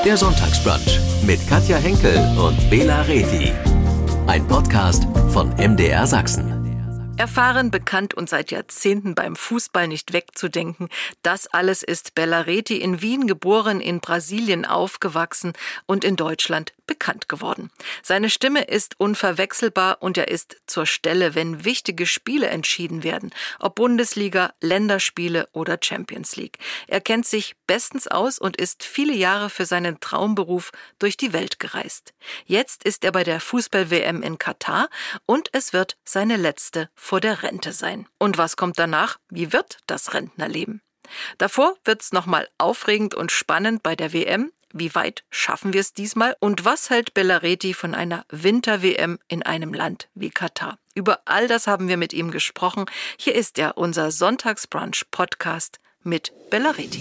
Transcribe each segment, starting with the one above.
Der Sonntagsbrunch mit Katja Henkel und Bela Reti. Ein Podcast von MDR Sachsen. Erfahren, bekannt und seit Jahrzehnten beim Fußball nicht wegzudenken. Das alles ist Bela Reti, in Wien geboren, in Brasilien aufgewachsen und in Deutschland bekannt geworden. Seine Stimme ist unverwechselbar und er ist zur Stelle, wenn wichtige Spiele entschieden werden, ob Bundesliga, Länderspiele oder Champions League. Er kennt sich bestens aus und ist viele Jahre für seinen Traumberuf durch die Welt gereist. Jetzt ist er bei der Fußball-WM in Katar und es wird seine letzte vor der Rente sein. Und was kommt danach? Wie wird das Rentnerleben? Davor wird's nochmal aufregend und spannend bei der WM. Wie weit schaffen wir es diesmal? Und was hält Bela Reti von einer Winter-WM in einem Land wie Katar? Über all das haben wir mit ihm gesprochen. Hier ist er, unser Sonntagsbrunch-Podcast mit Bela Reti.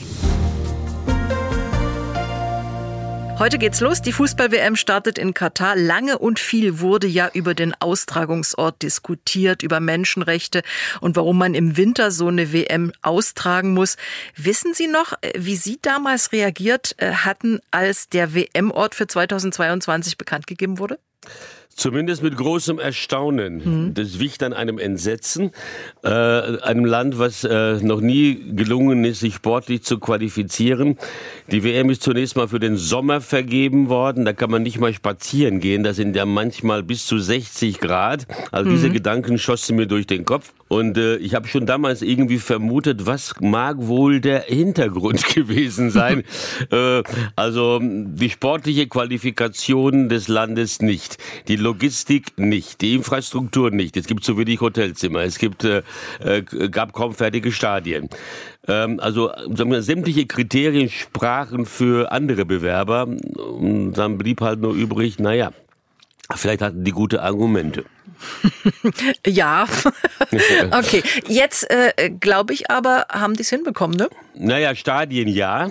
Heute geht's los. Die Fußball-WM startet in Katar. Lange und viel wurde ja über den Austragungsort diskutiert, über Menschenrechte und warum man im Winter so eine WM austragen muss. Wissen Sie noch, wie Sie damals reagiert hatten, als der WM-Ort für 2022 bekannt gegeben wurde? Zumindest mit großem Erstaunen. Das wich an einem Entsetzen. Einem Land, was noch nie gelungen ist, sich sportlich zu qualifizieren. Die WM ist zunächst mal für den Sommer vergeben worden. Da kann man nicht mal spazieren gehen. Da sind ja manchmal bis zu 60 Grad. Also diese Gedanken schossen mir durch den Kopf. Und ich habe schon damals irgendwie vermutet, was mag wohl der Hintergrund gewesen sein. Also die sportliche Qualifikation des Landes nicht. Die Logistik nicht, die Infrastruktur nicht. Es gibt zu wenig Hotelzimmer, gab kaum fertige Stadien. Also sagen wir, sämtliche Kriterien sprachen für andere Bewerber. Und dann blieb halt nur übrig, vielleicht hatten die gute Argumente. Ja, okay. Jetzt glaube ich aber, haben die es hinbekommen, ne? Stadien ja,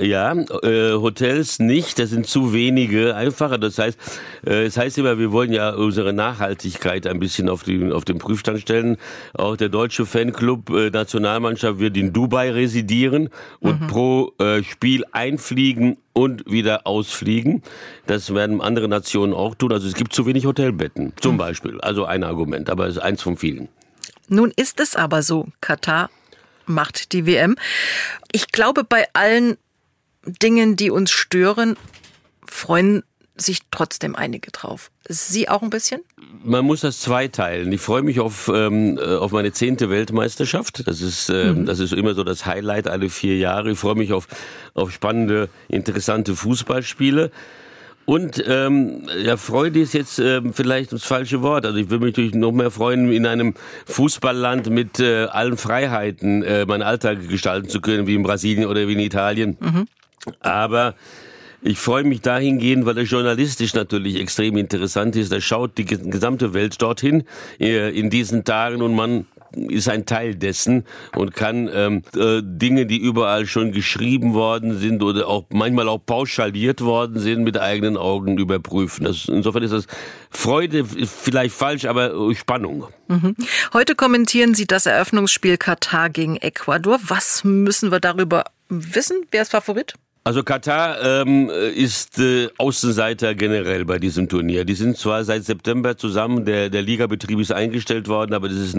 Hotels nicht, das sind zu wenige einfacher. Das heißt, es heißt immer, wir wollen ja unsere Nachhaltigkeit ein bisschen auf den Prüfstand stellen. Auch der deutsche Fanclub Nationalmannschaft wird in Dubai residieren und pro Spiel einfliegen und wieder ausfliegen. Das werden andere Nationen auch tun. Also es gibt zu wenig Hotelbetten, zum Beispiel. Also ein Argument, aber es ist eins von vielen. Nun ist es aber so, Katar macht die WM. Ich glaube, bei allen Dingen, die uns stören, freuen sich trotzdem einige drauf. Sie auch ein bisschen? Man muss das zweiteilen. Ich freue mich auf meine 10. Weltmeisterschaft. Das ist immer so das Highlight alle 4 Jahre. Ich freue mich auf spannende, interessante Fußballspiele. Und Freude ist jetzt vielleicht das falsche Wort. Also ich würde mich natürlich noch mehr freuen, in einem Fußballland mit allen Freiheiten meinen Alltag gestalten zu können, wie in Brasilien oder wie in Italien. Aber ich freue mich dahingehend, weil es journalistisch natürlich extrem interessant ist. Da schaut die gesamte Welt dorthin in diesen Tagen und man ist ein Teil dessen und kann Dinge, die überall schon geschrieben worden sind oder auch manchmal auch pauschaliert worden sind, mit eigenen Augen überprüfen. Insofern ist das Freude vielleicht falsch, aber Spannung. Heute kommentieren Sie das Eröffnungsspiel Katar gegen Ecuador. Was müssen wir darüber wissen? Wer ist Favorit? Also Katar ist Außenseiter generell bei diesem Turnier. Die sind zwar seit September zusammen, der Ligabetrieb ist eingestellt worden, aber das ist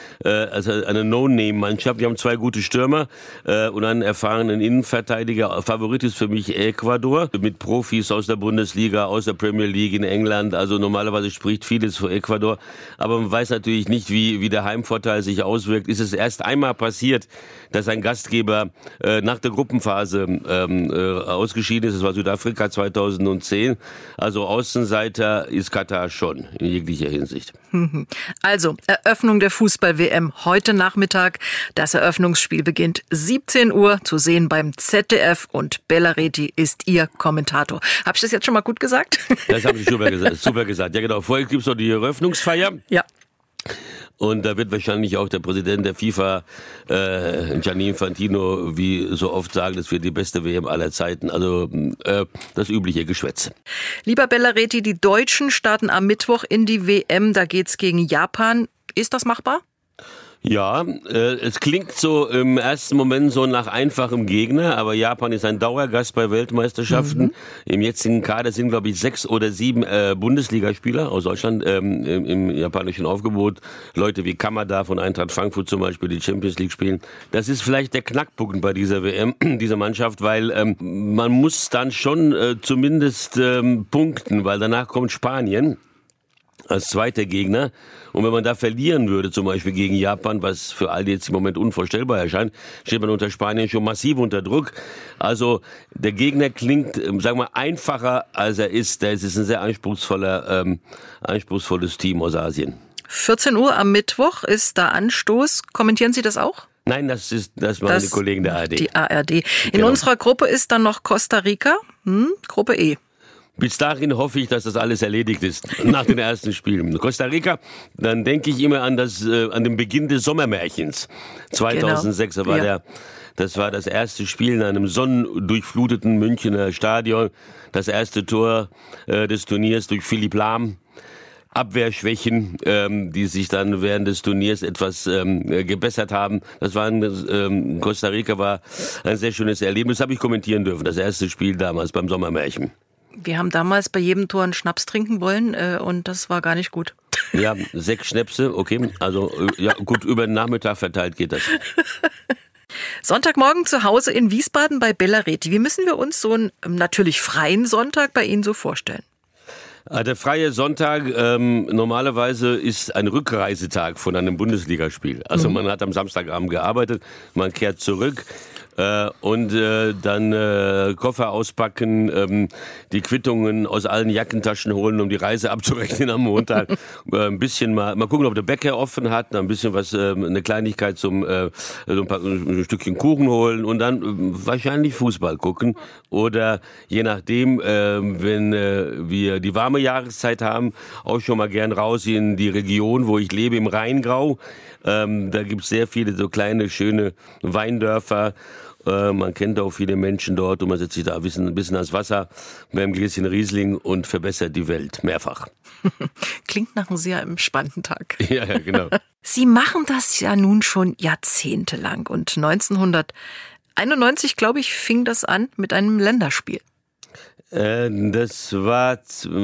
eine No-Name-Mannschaft. Die haben 2 gute Stürmer und einen erfahrenen Innenverteidiger. Favorit ist für mich Ecuador, mit Profis aus der Bundesliga, aus der Premier League in England. Also normalerweise spricht vieles für Ecuador, aber man weiß natürlich nicht, wie der Heimvorteil sich auswirkt. Ist es erst einmal passiert, dass ein Gastgeber nach der Gruppenphase ausgeschieden ist. Das war Südafrika 2010. Also Außenseiter ist Katar schon in jeglicher Hinsicht. Also Eröffnung der Fußball-WM heute Nachmittag. Das Eröffnungsspiel beginnt 17 Uhr, zu sehen beim ZDF und Bela Reti ist Ihr Kommentator. Habe ich das jetzt schon mal gut gesagt? Das haben Sie super gesagt. Ja genau, vorher gibt es noch die Eröffnungsfeier. Ja. Und da wird wahrscheinlich auch der Präsident der FIFA, Gianni Infantino, wie so oft sagen, das wird die beste WM aller Zeiten. Also das übliche Geschwätz. Lieber Bela Reti, die Deutschen starten am Mittwoch in die WM. Da geht's gegen Japan. Ist das machbar? Ja, es klingt so im ersten Moment so nach einfachem Gegner, aber Japan ist ein Dauergast bei Weltmeisterschaften. Im jetzigen Kader sind, glaube ich, 6 oder 7 Bundesligaspieler aus Deutschland im japanischen Aufgebot. Leute wie Kamada von Eintracht Frankfurt zum Beispiel, die Champions League spielen. Das ist vielleicht der Knackpunkt bei dieser WM, dieser Mannschaft, weil man muss dann schon zumindest punkten, weil danach kommt Spanien als zweiter Gegner. Und wenn man da verlieren würde, zum Beispiel gegen Japan, was für all die jetzt im Moment unvorstellbar erscheint, steht man unter Spanien schon massiv unter Druck. Also der Gegner klingt, sagen wir, einfacher, als er ist. Es ist ein sehr anspruchsvolles Team aus Asien. 14 Uhr am Mittwoch ist da Anstoß. Kommentieren Sie das auch? Nein, das machen die Kollegen der ARD. Die ARD. In unserer Gruppe ist dann noch Costa Rica, Gruppe E. Bis dahin hoffe ich, dass das alles erledigt ist, nach den ersten Spielen. Costa Rica, dann denke ich immer an den Beginn des Sommermärchens. 2006, genau. Das war das erste Spiel in einem sonnendurchfluteten Münchner Stadion. Das erste Tor des Turniers durch Philipp Lahm. Abwehrschwächen, die sich dann während des Turniers etwas gebessert haben. Costa Rica war ein sehr schönes Erlebnis. Das habe ich kommentieren dürfen, das erste Spiel damals beim Sommermärchen. Wir haben damals bei jedem Tor einen Schnaps trinken wollen und das war gar nicht gut. Ja, 6 Schnäpse, okay. Also ja, gut, über den Nachmittag verteilt geht das. Sonntagmorgen zu Hause in Wiesbaden bei Bella Reti. Wie müssen wir uns so einen natürlich freien Sonntag bei Ihnen so vorstellen? Der freie Sonntag normalerweise ist ein Rückreisetag von einem Bundesligaspiel. Also man hat am Samstagabend gearbeitet, man kehrt zurück und dann Koffer auspacken, die Quittungen aus allen Jackentaschen holen, um die Reise abzurechnen am Montag. Ein bisschen mal gucken, ob der Bäcker offen hat, ein bisschen was, eine Kleinigkeit ein Stückchen Kuchen holen und dann wahrscheinlich Fußball gucken oder je nachdem, wenn wir die warme Jahreszeit haben, auch schon mal gern raus in die Region, wo ich lebe, im Rheingau. Da gibt's sehr viele so kleine, schöne Weindörfer. Man kennt auch viele Menschen dort und man setzt sich da ein bisschen ans Wasser mit einem Gläschen Riesling und verbessert die Welt mehrfach. Klingt nach einem sehr entspannten Tag. Ja, genau. Sie machen das ja nun schon jahrzehntelang und 1991, glaube ich, fing das an mit einem Länderspiel. Das war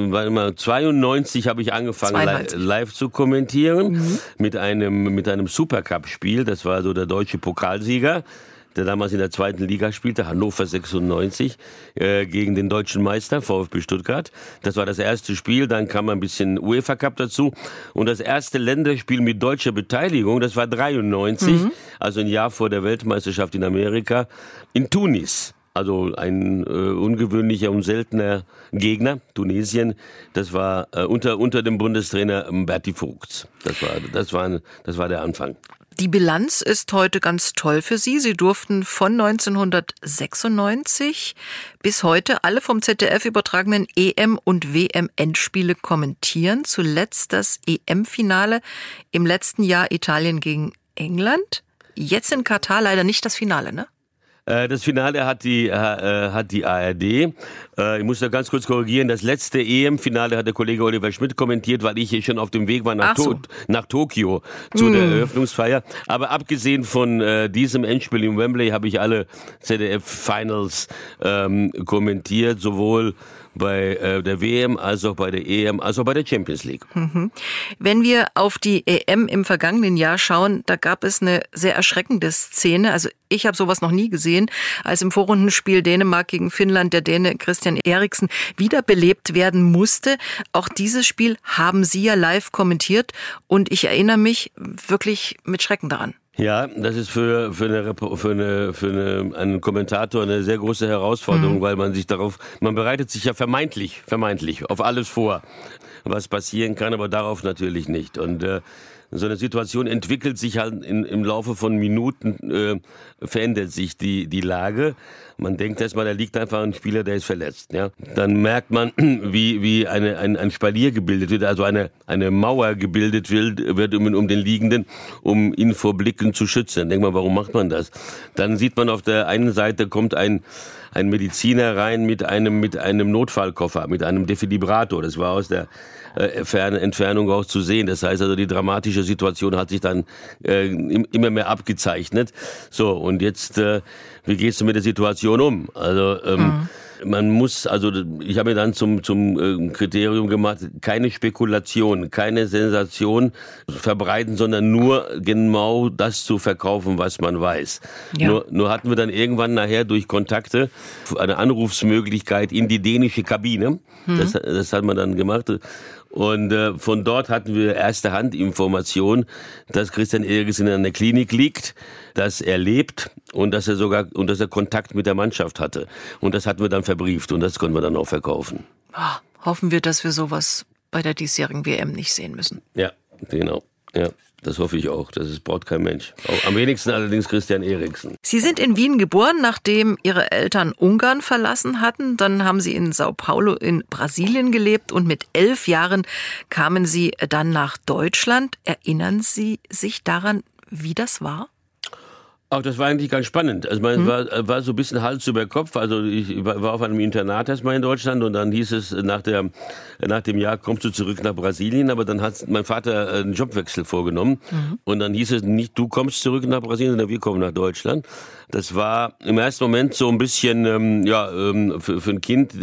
92 habe ich angefangen live zu kommentieren mit einem Supercup-Spiel. Das war so der deutsche Pokalsieger, der damals in der 2. Liga spielte, Hannover 96, gegen den deutschen Meister VfB Stuttgart. Das war das erste Spiel, dann kam ein bisschen UEFA Cup dazu. Und das erste Länderspiel mit deutscher Beteiligung, das war 93, also ein Jahr vor der Weltmeisterschaft in Amerika, in Tunis. Also ein ungewöhnlicher und seltener Gegner, Tunesien. Das war unter dem Bundestrainer Berti Vogts. Das war der Anfang. Die Bilanz ist heute ganz toll für Sie. Sie durften von 1996 bis heute alle vom ZDF übertragenen EM- und WM-Endspiele kommentieren. Zuletzt das EM-Finale im letzten Jahr Italien gegen England. Jetzt in Katar leider nicht das Finale, ne? Das Finale hat die ARD. Ich muss da ganz kurz korrigieren. Das letzte EM-Finale hat der Kollege Oliver Schmidt kommentiert, weil ich hier schon auf dem Weg war nach Tokio zu der Eröffnungsfeier. Aber abgesehen von diesem Endspiel im Wembley habe ich alle ZDF-Finals kommentiert, sowohl bei der WM, als auch bei der EM, als auch bei der Champions League. Wenn wir auf die EM im vergangenen Jahr schauen, da gab es eine sehr erschreckende Szene. Also ich habe sowas noch nie gesehen, als im Vorrundenspiel Dänemark gegen Finnland der Däne Christian Eriksen wiederbelebt werden musste. Auch dieses Spiel haben Sie ja live kommentiert und ich erinnere mich wirklich mit Schrecken daran. Ja, das ist für einen Kommentator eine sehr große Herausforderung, weil man bereitet sich ja vermeintlich auf alles vor, was passieren kann, aber darauf natürlich nicht. Und so eine Situation entwickelt sich halt im Laufe von Minuten, verändert sich die Lage. Man denkt erstmal, da liegt einfach ein Spieler, der ist verletzt. Ja? Dann merkt man, wie ein Spalier gebildet wird, also eine Mauer gebildet wird um den Liegenden, um ihn vor Blicken zu schützen. Dann denkt man, warum macht man das? Dann sieht man, auf der einen Seite kommt ein Mediziner rein mit einem Notfallkoffer, mit einem Defibrillator. Das war aus der Entfernung auch zu sehen. Das heißt also, die dramatische Situation hat sich dann immer mehr abgezeichnet. So, und jetzt, wie gehst du mit der Situation um? Also, man muss, also ich habe mir dann zum Kriterium gemacht, keine Spekulation, keine Sensation verbreiten, sondern nur genau das zu verkaufen, was man weiß. Ja. Nur hatten wir dann irgendwann nachher durch Kontakte eine Anrufsmöglichkeit in die dänische Kabine. Das hat man dann gemacht. Und von dort hatten wir erste Hand-Information, dass Christian Eriksen in einer Klinik liegt, dass er lebt und dass er Kontakt mit der Mannschaft hatte. Und das hatten wir dann verbrieft und das konnten wir dann auch verkaufen. Hoffen wir, dass wir sowas bei der diesjährigen WM nicht sehen müssen. Ja, genau. Ja. Das hoffe ich auch. Das braucht kein Mensch. Am wenigsten allerdings Christian Eriksen. Sie sind in Wien geboren, nachdem Ihre Eltern Ungarn verlassen hatten. Dann haben Sie in Sao Paulo in Brasilien gelebt und mit 11 Jahren kamen Sie dann nach Deutschland. Erinnern Sie sich daran, wie das war? Auch das war eigentlich ganz spannend. Also es war so ein bisschen Hals über Kopf. Also ich war auf einem Internat erstmal in Deutschland und dann hieß es nach dem Jahr kommst du zurück nach Brasilien. Aber dann hat mein Vater einen Jobwechsel vorgenommen und dann hieß es nicht du kommst zurück nach Brasilien, sondern wir kommen nach Deutschland. Das war im ersten Moment so ein bisschen für ein Kind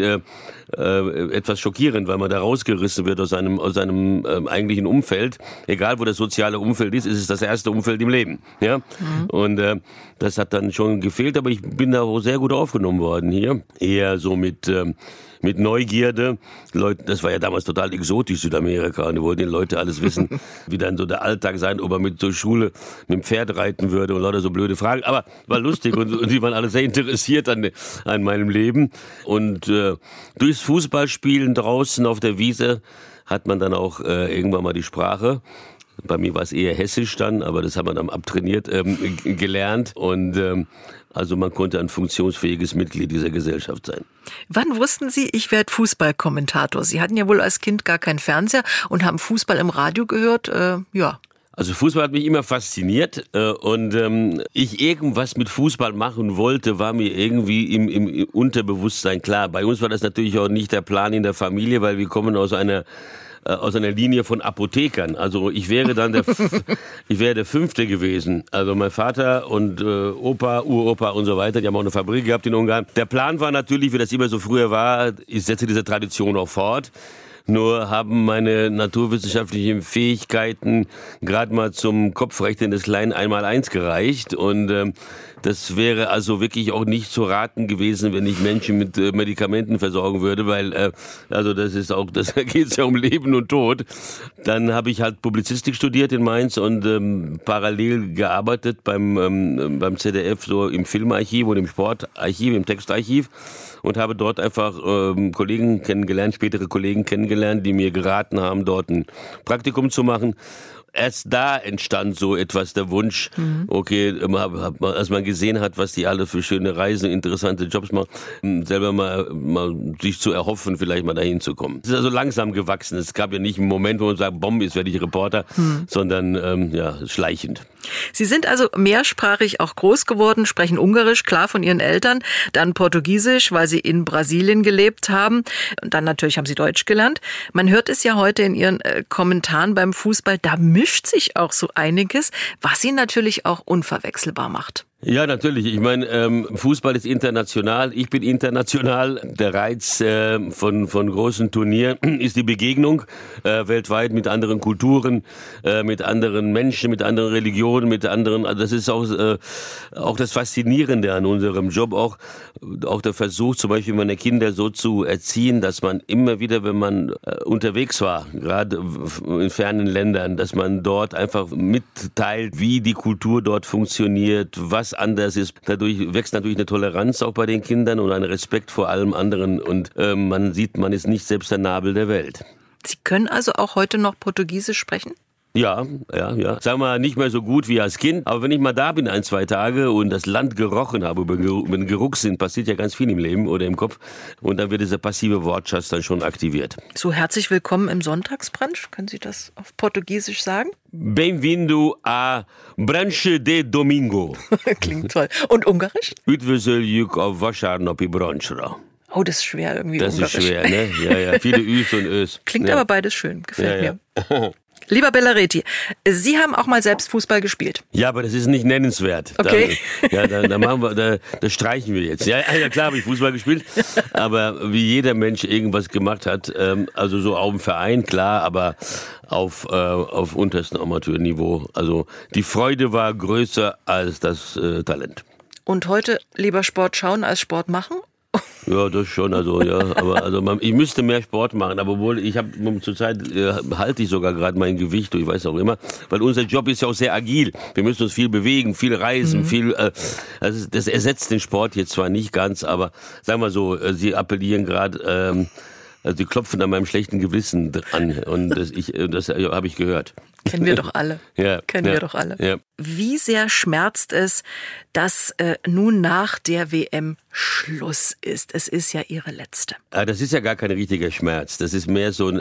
etwas schockierend, weil man da rausgerissen wird aus seinem eigentlichen Umfeld. Egal wo das soziale Umfeld ist es das erste Umfeld im Leben. Ja? Und das hat dann schon gefehlt, aber ich bin da auch sehr gut aufgenommen worden hier. Eher so mit Neugierde. Leute, das war ja damals total exotisch, Südamerika. Und da wollten die Leute alles wissen, wie dann so der Alltag sein, ob er mit zur Schule mit dem Pferd reiten würde und lauter so blöde Fragen. Aber war lustig und die waren alle sehr interessiert an meinem Leben. Und durchs Fußballspielen draußen auf der Wiese hat man dann auch irgendwann mal die Sprache. Bei mir war es eher Hessisch dann, aber das hat man dann abtrainiert gelernt und also man konnte ein funktionsfähiges Mitglied dieser Gesellschaft sein. Wann wussten Sie, ich werde Fußballkommentator? Sie hatten ja wohl als Kind gar keinen Fernseher und haben Fußball im Radio gehört, ja. Also Fußball hat mich immer fasziniert und ich irgendwas mit Fußball machen wollte, war mir irgendwie im Unterbewusstsein klar. Bei uns war das natürlich auch nicht der Plan in der Familie, weil wir kommen aus einer Linie von Apothekern. Also ich wäre dann der 5. gewesen. Also mein Vater und Opa, Uropa und so weiter, die haben auch eine Fabrik gehabt in Ungarn. Der Plan war natürlich, wie das immer so früher war, ich setze diese Tradition auch fort. Nur haben meine naturwissenschaftlichen Fähigkeiten gerade mal zum Kopfrechnen des kleinen 1x1 gereicht und das wäre also wirklich auch nicht zu raten gewesen, wenn ich Menschen mit Medikamenten versorgen würde, weil also das geht es ja um Leben und Tod. Dann habe ich halt Publizistik studiert in Mainz und parallel gearbeitet beim ZDF so im Filmarchiv und im Sportarchiv, im Textarchiv. Und habe dort einfach Kollegen kennengelernt, spätere Kollegen kennengelernt, die mir geraten haben, dort ein Praktikum zu machen. Erst da entstand so etwas der Wunsch, okay, als man gesehen hat, was die alle für schöne Reisen, interessante Jobs machen, selber mal sich zu erhoffen, vielleicht mal dahin zu kommen. Es ist also langsam gewachsen. Es gab ja nicht einen Moment, wo man sagt, Bomb, jetzt werde ich Reporter, sondern schleichend. Sie sind also mehrsprachig auch groß geworden, sprechen Ungarisch, klar, von Ihren Eltern, dann Portugiesisch, weil Sie in Brasilien gelebt haben. Und dann natürlich haben Sie Deutsch gelernt. Man hört es ja heute in Ihren Kommentaren beim Fußball, da mischt sich auch so einiges, was Sie natürlich auch unverwechselbar macht. Ja, natürlich. Ich meine, Fußball ist international. Ich bin international. Der Reiz von großen Turnieren ist die Begegnung weltweit mit anderen Kulturen, mit anderen Menschen, mit anderen Religionen, mit anderen. Also das ist auch das Faszinierende an unserem Job. Auch der Versuch, zum Beispiel meine Kinder so zu erziehen, dass man immer wieder, wenn man unterwegs war, gerade in fernen Ländern, dass man dort einfach mitteilt, wie die Kultur dort funktioniert, was anders ist. Dadurch wächst natürlich eine Toleranz auch bei den Kindern und ein Respekt vor allem anderen und man sieht, man ist nicht selbst der Nabel der Welt. Sie können also auch heute noch Portugiesisch sprechen? Ja. Sagen wir mal, nicht mehr so gut wie als Kind. Aber wenn ich mal da bin 1-2 Tage und das Land gerochen habe, über den Geruchssinn passiert ja ganz viel im Leben oder im Kopf. Und dann wird dieser passive Wortschatz dann schon aktiviert. So, herzlich willkommen im Sonntagsbrunch. Können Sie das auf Portugiesisch sagen? Bem-vindo a Branche de Domingo. Klingt toll. Und Ungarisch? Üdvözöljük a vasárnapi branchra. Oh, das ist schwer irgendwie. Das Ungarisch. ist schwer, ne? Ja. Viele Üs und Ös. Klingt aber beides schön. Gefällt mir. Lieber Bella Reti, Sie haben auch mal selbst Fußball gespielt. Ja, aber das ist nicht nennenswert. Okay. Da machen wir, da streichen wir jetzt. Ja, klar habe ich Fußball gespielt, aber wie jeder Mensch irgendwas gemacht hat, also so auf dem Verein, klar, aber auf unterstem Amateurniveau. Also die Freude war größer als das Talent. Und heute lieber Sport schauen als Sport machen? Ja, das schon, ich müsste mehr Sport machen, aber obwohl zurzeit halte ich sogar gerade mein Gewicht, ich weiß auch immer, weil unser Job ist ja auch sehr agil. Wir müssen uns viel bewegen, viel reisen, das ersetzt den Sport jetzt zwar nicht ganz, aber sagen wir so, Sie appellieren gerade, Sie klopfen an meinem schlechten Gewissen an und das habe ich gehört. Kennen wir doch alle. Ja. Wir doch alle. Ja. Wie sehr schmerzt es, dass nun nach der WM Schluss ist? Es ist ja Ihre letzte. Das ist ja gar kein richtiger Schmerz. Das ist mehr so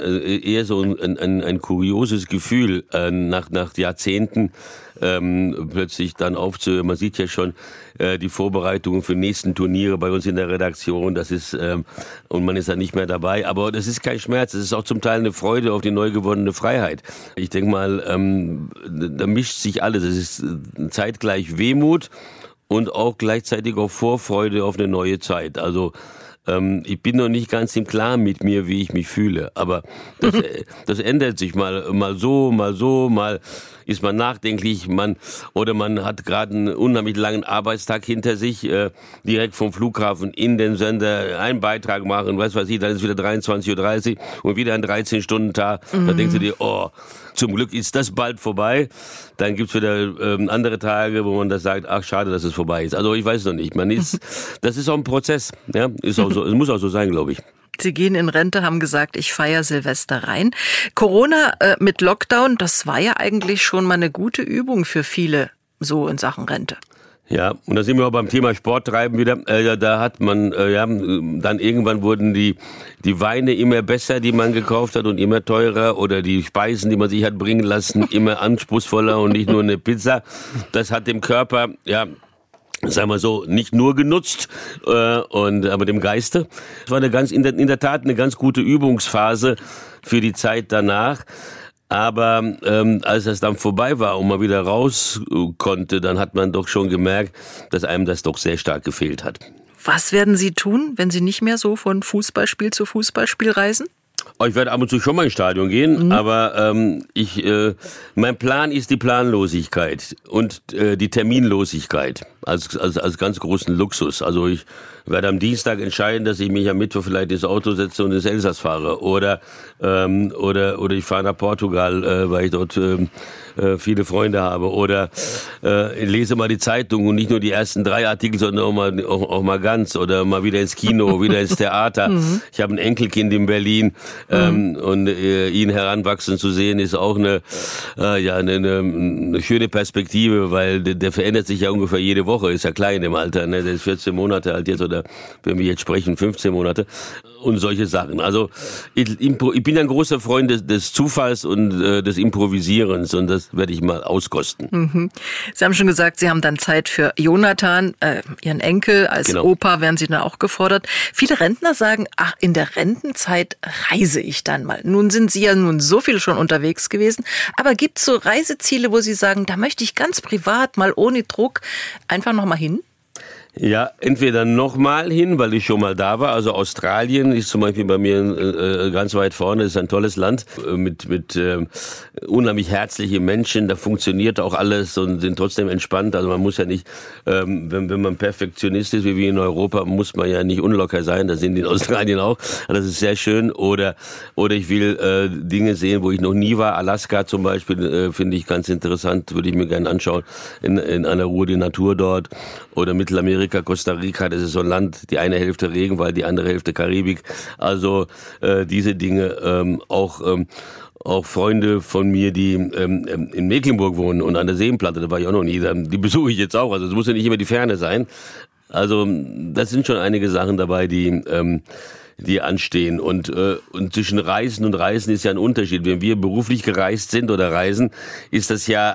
ein kurioses Gefühl, nach Jahrzehnten plötzlich dann aufzuhören. Man sieht ja schon die Vorbereitungen für nächsten Turniere bei uns in der Redaktion. Das ist und man ist da nicht mehr dabei. Aber das ist kein Schmerz. Das ist auch zum Teil eine Freude auf die neu gewonnene Freiheit. Ich denke mal, da mischt sich alles. Es ist zeitgleich Wehmut und auch gleichzeitig auch Vorfreude auf eine neue Zeit. Also ich bin noch nicht ganz im Klaren mit mir, wie ich mich fühle. Aber das ändert sich mal so, mal ist man nachdenklich, man hat gerade einen unheimlich langen Arbeitstag hinter sich, direkt vom Flughafen in den Sender einen Beitrag machen, dann ist wieder 23:30 Uhr und wieder ein 13-Stunden-Tag. Da denkst du dir, zum Glück ist das bald vorbei. Dann gibt's wieder andere Tage, wo man das sagt, ach schade, dass es vorbei ist. Also ich weiß noch nicht. Das ist auch ein Prozess. Ja, ist auch so. Es muss auch so sein, glaube ich. Sie gehen in Rente, haben gesagt, ich feiere Silvester rein. Corona mit Lockdown, das war ja eigentlich schon mal eine gute Übung für viele, so in Sachen Rente. Ja, und da sind wir auch beim Thema Sport treiben wieder. Da hat man, dann irgendwann wurden die Weine immer besser, die man gekauft hat und immer teurer, oder die Speisen, die man sich hat bringen lassen, immer anspruchsvoller und nicht nur eine Pizza. Das hat dem Körper, sagen wir so, nicht nur genutzt, aber dem Geiste. Es war in der Tat eine ganz gute Übungsphase für die Zeit danach. Aber als das dann vorbei war und man wieder raus konnte, dann hat man doch schon gemerkt, dass einem das doch sehr stark gefehlt hat. Was werden Sie tun, wenn Sie nicht mehr so von Fußballspiel zu Fußballspiel reisen? Ich werde ab und zu schon mal ins Stadion gehen, aber mein Plan ist die Planlosigkeit und die Terminlosigkeit als ganz großen Luxus. Also ich werde am Dienstag entscheiden, dass ich mich am Mittwoch vielleicht ins Auto setze und ins Elsass fahre oder ich fahre nach Portugal, weil ich dort viele Freunde habe, oder lese mal die Zeitung und nicht nur die ersten 3 Artikel, sondern auch mal ganz, oder mal wieder ins Kino, wieder ins Theater. Ich habe ein Enkelkind in Berlin und ihn heranwachsen zu sehen ist auch eine schöne Perspektive, weil der verändert sich ja ungefähr jede Woche, ist ja klein im Alter, ne? Der ist 14 Monate alt jetzt, oder wenn wir jetzt sprechen 15 Monate und solche Sachen. Also ich bin ein großer Freund des Zufalls und des Improvisierens, und das werde ich mal auskosten. Sie haben schon gesagt, Sie haben dann Zeit für Jonathan, Ihren Enkel. Als Opa werden Sie dann auch gefordert. Viele Rentner sagen, ach, in der Rentenzeit reise ich dann mal. Nun sind Sie ja so viel schon unterwegs gewesen. Aber gibt es so Reiseziele, wo Sie sagen, da möchte ich ganz privat mal ohne Druck einfach noch mal hin? Ja, entweder nochmal hin, weil ich schon mal da war. Also Australien ist zum Beispiel bei mir ganz weit vorne. Das ist ein tolles Land mit unheimlich herzlichen Menschen. Da funktioniert auch alles und sind trotzdem entspannt. Also man muss ja nicht, wenn man Perfektionist ist, wie wir in Europa, muss man ja nicht unlocker sein. Das sind die in Australien auch. Das ist sehr schön. Oder ich will Dinge sehen, wo ich noch nie war. Alaska zum Beispiel finde ich ganz interessant, würde ich mir gerne anschauen. In einer Ruhe die Natur dort. Oder Mittelamerika, Costa Rica, das ist so ein Land, die eine Hälfte Regenwald, die andere Hälfte Karibik. Also diese Dinge auch auch Freunde von mir, die in Mecklenburg wohnen und an der Seenplatte, da war ich auch noch nie, die besuche ich jetzt auch. Also es muss ja nicht immer die Ferne sein. Also das sind schon einige Sachen dabei, die anstehen. Und zwischen Reisen und Reisen ist ja ein Unterschied. Wenn wir beruflich gereist sind oder reisen, ist das ja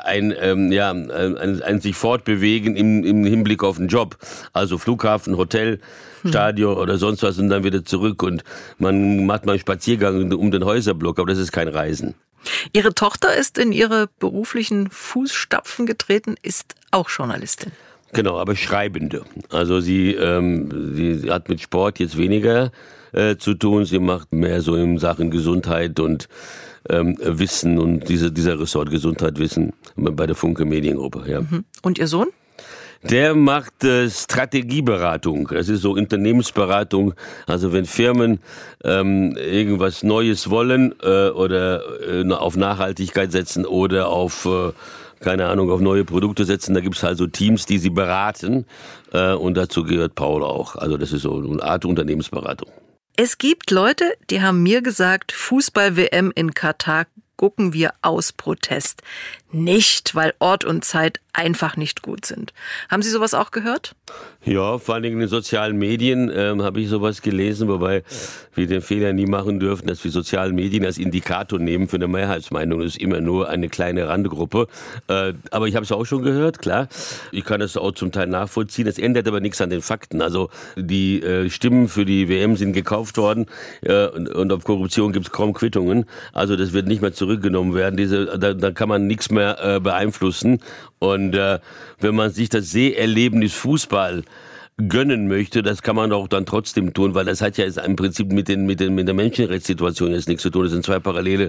ein sich fortbewegen im Hinblick auf den Job. Also Flughafen, Hotel, Stadion oder sonst was und dann wieder zurück. Und man macht mal einen Spaziergang um den Häuserblock, aber das ist kein Reisen. Ihre Tochter ist in Ihre beruflichen Fußstapfen getreten, ist auch Journalistin. Genau, aber Schreibende. Also sie hat mit Sport jetzt weniger zu tun. Sie macht mehr so in Sachen Gesundheit und Wissen und dieser Ressort Gesundheit, Wissen bei der Funke Mediengruppe. Ja. Und Ihr Sohn? Der macht Strategieberatung. Das ist so Unternehmensberatung. Also wenn Firmen irgendwas Neues wollen oder auf Nachhaltigkeit setzen oder auf keine Ahnung, auf neue Produkte setzen. Da gibt es halt so Teams, die sie beraten. Und dazu gehört Paul auch. Also das ist so eine Art Unternehmensberatung. Es gibt Leute, die haben mir gesagt, Fußball-WM in Katar gucken wir aus Protest. Nicht, weil Ort und Zeit einfach nicht gut sind. Haben Sie sowas auch gehört? Ja, vor allen Dingen in den sozialen Medien habe ich sowas gelesen, wobei wir den Fehler nie machen dürfen, dass wir sozialen Medien als Indikator nehmen für eine Mehrheitsmeinung. Das ist immer nur eine kleine Randgruppe. Aber ich habe es auch schon gehört, klar. Ich kann das auch zum Teil nachvollziehen. Das ändert aber nichts an den Fakten. Also die Stimmen für die WM sind gekauft worden und auf Korruption gibt es kaum Quittungen. Also das wird nicht mehr zurückgenommen werden. Da kann man nichts mehr beeinflussen. Und wenn man sich das Seherlebnis Fußball gönnen möchte, das kann man auch dann trotzdem tun, weil das hat ja im Prinzip mit der Menschenrechtssituation jetzt nichts zu tun. Das sind zwei parallele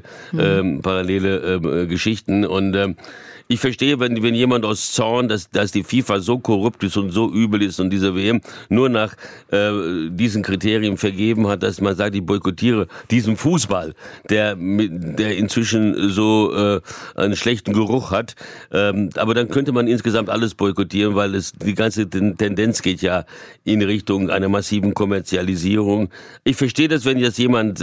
Geschichten. Und ich verstehe, wenn jemand aus Zorn, dass die FIFA so korrupt ist und so übel ist und diese WM nur nach diesen Kriterien vergeben hat, dass man sagt, ich boykottiere diesen Fußball, der inzwischen so einen schlechten Geruch hat. Aber dann könnte man insgesamt alles boykottieren, weil die ganze Tendenz geht ja in Richtung einer massiven Kommerzialisierung. Ich verstehe das, wenn jetzt jemand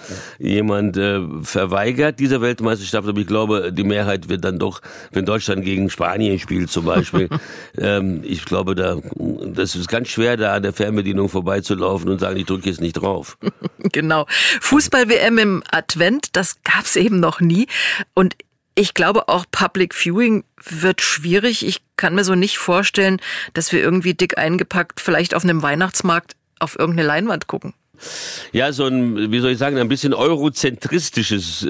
verweigert dieser Weltmeisterschaft, aber ich glaube, die Mehrheit wird dann doch, wenn Deutschland gegen Spanien spielt zum Beispiel, ich glaube, das ist ganz schwer, da an der Fernbedienung vorbeizulaufen und sagen, ich drücke jetzt nicht drauf. Genau. Fußball-WM im Advent, das gab's eben noch nie. Und ich glaube auch Public Viewing wird schwierig. Ich kann mir so nicht vorstellen, dass wir irgendwie dick eingepackt vielleicht auf einem Weihnachtsmarkt auf irgendeine Leinwand gucken. Ja, so ein bisschen eurozentristisches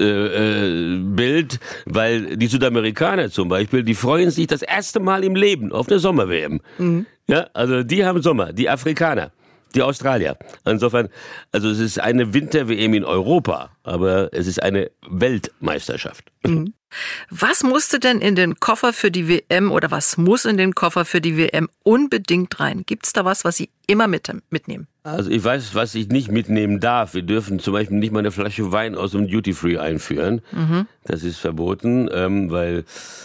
Bild, weil die Südamerikaner zum Beispiel, die freuen sich das erste Mal im Leben auf eine Sommer-WM. Mhm. Ja, also die haben Sommer, die Afrikaner. Die Australier. Insofern, also es ist eine Winter-WM in Europa, aber es ist eine Weltmeisterschaft. Mhm. Was musste denn in den Koffer für die WM oder was muss in den Koffer für die WM unbedingt rein? Gibt's da was Sie immer mitnehmen? Also ich weiß, was ich nicht mitnehmen darf. Wir dürfen zum Beispiel nicht mal eine Flasche Wein aus dem Duty-Free einführen. Mhm. Das ist verboten, weil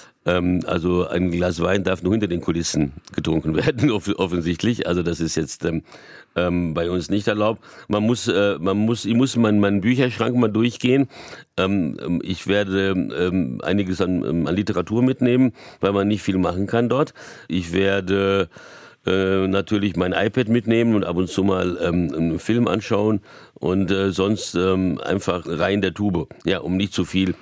also ein Glas Wein darf nur hinter den Kulissen getrunken werden, offensichtlich. Also das ist jetzt bei uns nicht erlaubt. Ich muss meinen Bücherschrank mal durchgehen. Ich werde einiges an Literatur mitnehmen, weil man nicht viel machen kann dort. Ich werde natürlich mein iPad mitnehmen und ab und zu mal einen Film anschauen und sonst einfach rein der Tube, ja, um nicht zu viel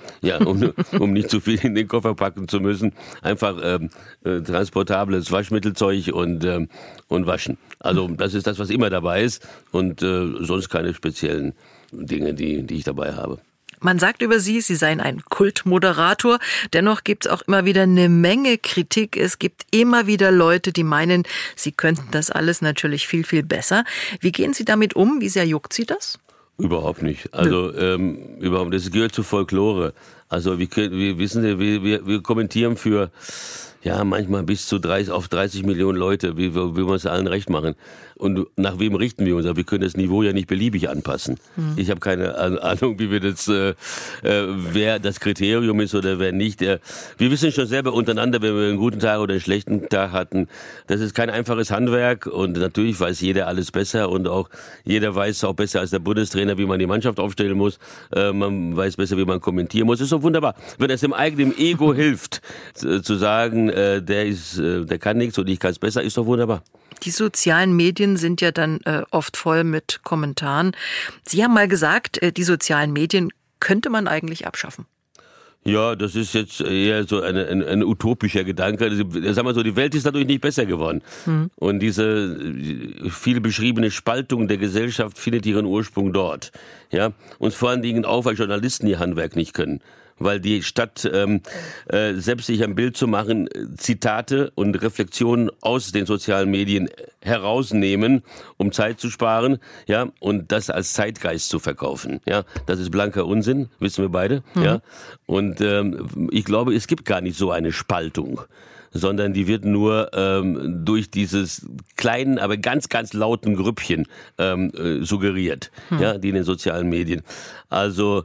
in den Koffer packen zu müssen, einfach transportables Waschmittelzeug und waschen. Also das ist das, was immer dabei ist und sonst keine speziellen Dinge, die ich dabei habe. Man sagt über Sie seien ein Kultmoderator. Dennoch gibt es auch immer wieder eine Menge Kritik. Es gibt immer wieder Leute, die meinen, Sie könnten das alles natürlich viel, viel besser. Wie gehen Sie damit um? Wie sehr juckt Sie das? Überhaupt nicht. Also überhaupt, das gehört zur Folklore. Also wir kommentieren für manchmal bis zu 30 Millionen Leute, wie wir es allen recht machen. Und nach wem richten wir uns? Wir können das Niveau ja nicht beliebig anpassen. Ich habe keine Ahnung, wie wir das, wer das Kriterium ist oder wer nicht. Wir wissen schon selber untereinander, wenn wir einen guten Tag oder einen schlechten Tag hatten. Das ist kein einfaches Handwerk und natürlich weiß jeder alles besser und auch jeder weiß auch besser als der Bundestrainer, wie man die Mannschaft aufstellen muss. Man weiß besser, wie man kommentieren muss. Das ist doch wunderbar. Wenn es dem eigenen Ego hilft, zu sagen, der kann nichts und ich kann es besser, ist doch wunderbar. Die sozialen Medien sind ja dann oft voll mit Kommentaren. Sie haben mal gesagt, die sozialen Medien könnte man eigentlich abschaffen. Ja, das ist jetzt eher so ein utopischer Gedanke. Sagen wir so, die Welt ist dadurch nicht besser geworden. Und diese viel beschriebene Spaltung der Gesellschaft findet ihren Ursprung dort. Ja, und vor allen Dingen auch, weil Journalisten ihr Handwerk nicht können. Weil die statt selbst sich ein Bild zu machen, Zitate und Reflexionen aus den sozialen Medien herausnehmen, um Zeit zu sparen, ja, und das als Zeitgeist zu verkaufen. Ja, das ist blanker Unsinn, wissen wir beide. Ja, und ich glaube, es gibt gar nicht so eine Spaltung, sondern die wird nur durch dieses kleinen, aber ganz, ganz lauten Grüppchen suggeriert, ja, die in den sozialen Medien. Also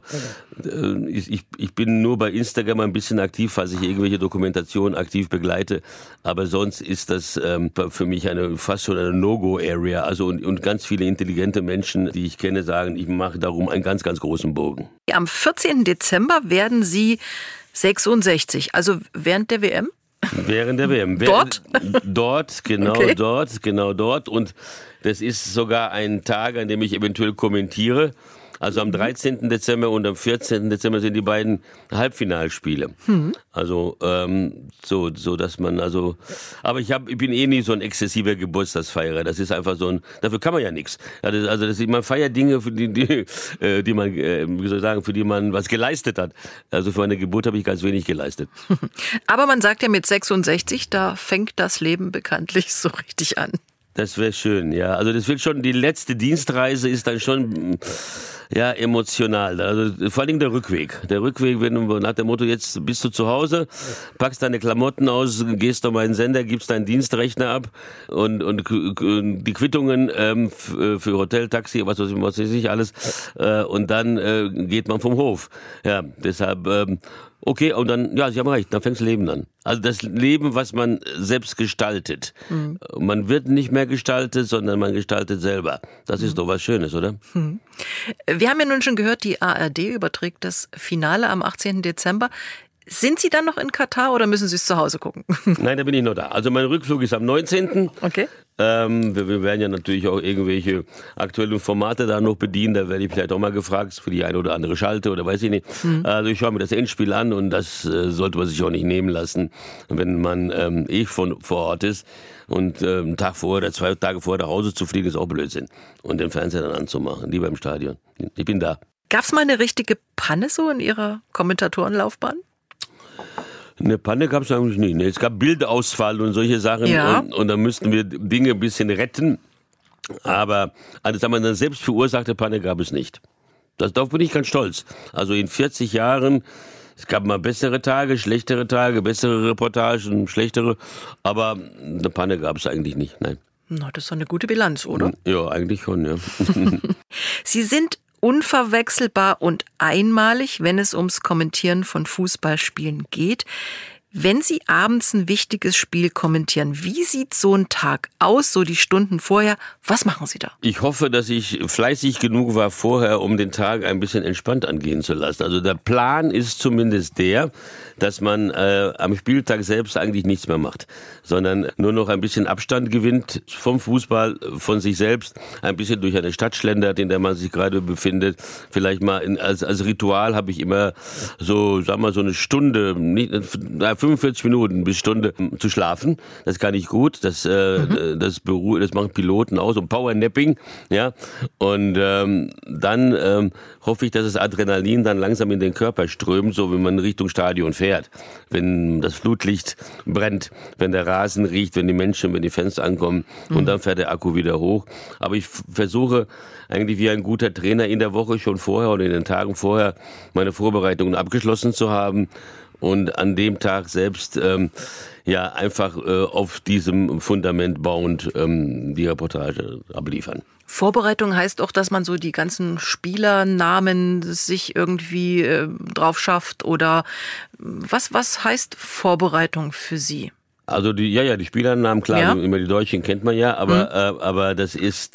ich bin nur bei Instagram ein bisschen aktiv, falls ich irgendwelche Dokumentationen aktiv begleite, aber sonst ist das für mich fast schon eine No-Go-Area. Also und ganz viele intelligente Menschen, die ich kenne, sagen, ich mache darum einen ganz, ganz großen Bogen. Am 14. Dezember werden Sie 66, also während der WM? Während der WM. Dort? Dort, genau, okay. dort. Und das ist sogar ein Tag, an dem ich eventuell kommentiere. Also am 13. Dezember und am 14. Dezember sind die beiden Halbfinalspiele. Also so dass man aber ich bin eh nie so ein exzessiver Geburtstagsfeierer. Das ist einfach dafür kann man ja nichts. Also man feiert Dinge, für die man wie soll ich sagen, für die man was geleistet hat. Also für meine Geburt habe ich ganz wenig geleistet. Aber man sagt ja mit 66, da fängt das Leben bekanntlich so richtig an. Das wäre schön, ja. Also das wird schon, die letzte Dienstreise ist dann schon, ja, emotional. Also vor allem der Rückweg. Der Rückweg, wenn du nach dem Motto, jetzt bist du zu Hause, packst deine Klamotten aus, gehst auf meinen Sender, gibst deinen Dienstrechner ab und die Quittungen für Hotel, Taxi, was weiß ich alles. Und dann geht man vom Hof. Ja, deshalb okay, und dann, ja, Sie haben recht, dann fängt das Leben an. Also das Leben, was man selbst gestaltet. Man wird nicht mehr gestaltet, sondern man gestaltet selber. Das ist doch was Schönes, oder? Wir haben ja nun schon gehört, die ARD überträgt das Finale am 18. Dezember. Sind Sie dann noch in Katar oder müssen Sie es zu Hause gucken? Nein, da bin ich noch da. Also mein Rückflug ist am 19. Okay. Wir werden ja natürlich auch irgendwelche aktuellen Formate da noch bedienen. Da werde ich vielleicht auch mal gefragt für die eine oder andere Schalte oder weiß ich nicht. Also ich schaue mir das Endspiel an und das sollte man sich auch nicht nehmen lassen, wenn man vor Ort ist. Und einen Tag vorher oder 2 Tage vorher nach Hause zu fliegen, ist auch Blödsinn. Und den Fernseher dann anzumachen, lieber im Stadion. Ich bin da. Gab es mal eine richtige Panne so in Ihrer Kommentatorenlaufbahn? Eine Panne gab es eigentlich nicht. Es gab Bildausfall und solche Sachen. Ja. Und da müssten wir Dinge ein bisschen retten. Aber eine selbst verursachte Panne gab es nicht. Darauf bin ich ganz stolz. Also in 40 Jahren, es gab mal bessere Tage, schlechtere Tage, bessere Reportagen, schlechtere. Aber eine Panne gab es eigentlich nicht, nein. Na, das ist doch eine gute Bilanz, oder? Ja, eigentlich schon, ja. Sie sind unverwechselbar und einmalig, wenn es ums Kommentieren von Fußballspielen geht. Wenn Sie abends ein wichtiges Spiel kommentieren, wie sieht so ein Tag aus, so die Stunden vorher? Was machen Sie da? Ich hoffe, dass ich fleißig genug war vorher, um den Tag ein bisschen entspannt angehen zu lassen. Also der Plan ist zumindest der, dass man am Spieltag selbst eigentlich nichts mehr macht, sondern nur noch ein bisschen Abstand gewinnt vom Fußball, von sich selbst, ein bisschen durch eine Stadt schlendert, in der man sich gerade befindet. Vielleicht mal als Ritual habe ich immer so eine Stunde, 45 Minuten bis Stunde zu schlafen. Das kann ich gut. Das machen Piloten auch, so Powernapping. Ja? Und dann hoffe ich, dass das Adrenalin dann langsam in den Körper strömt, so wenn man Richtung Stadion fährt. Wenn das Flutlicht brennt, wenn der Rasen riecht, wenn die Fans ankommen und dann fährt der Akku wieder hoch. Aber ich versuche eigentlich wie ein guter Trainer in der Woche schon vorher oder in den Tagen vorher meine Vorbereitungen abgeschlossen zu haben und an dem Tag selbst einfach auf diesem Fundament bauend die Reportage abliefern. Vorbereitung heißt auch, dass man so die ganzen Spielernamen sich irgendwie drauf schafft oder was heißt Vorbereitung für Sie? Also die Spielernamen, klar, ja. Immer die Deutschen kennt man ja, aber das ist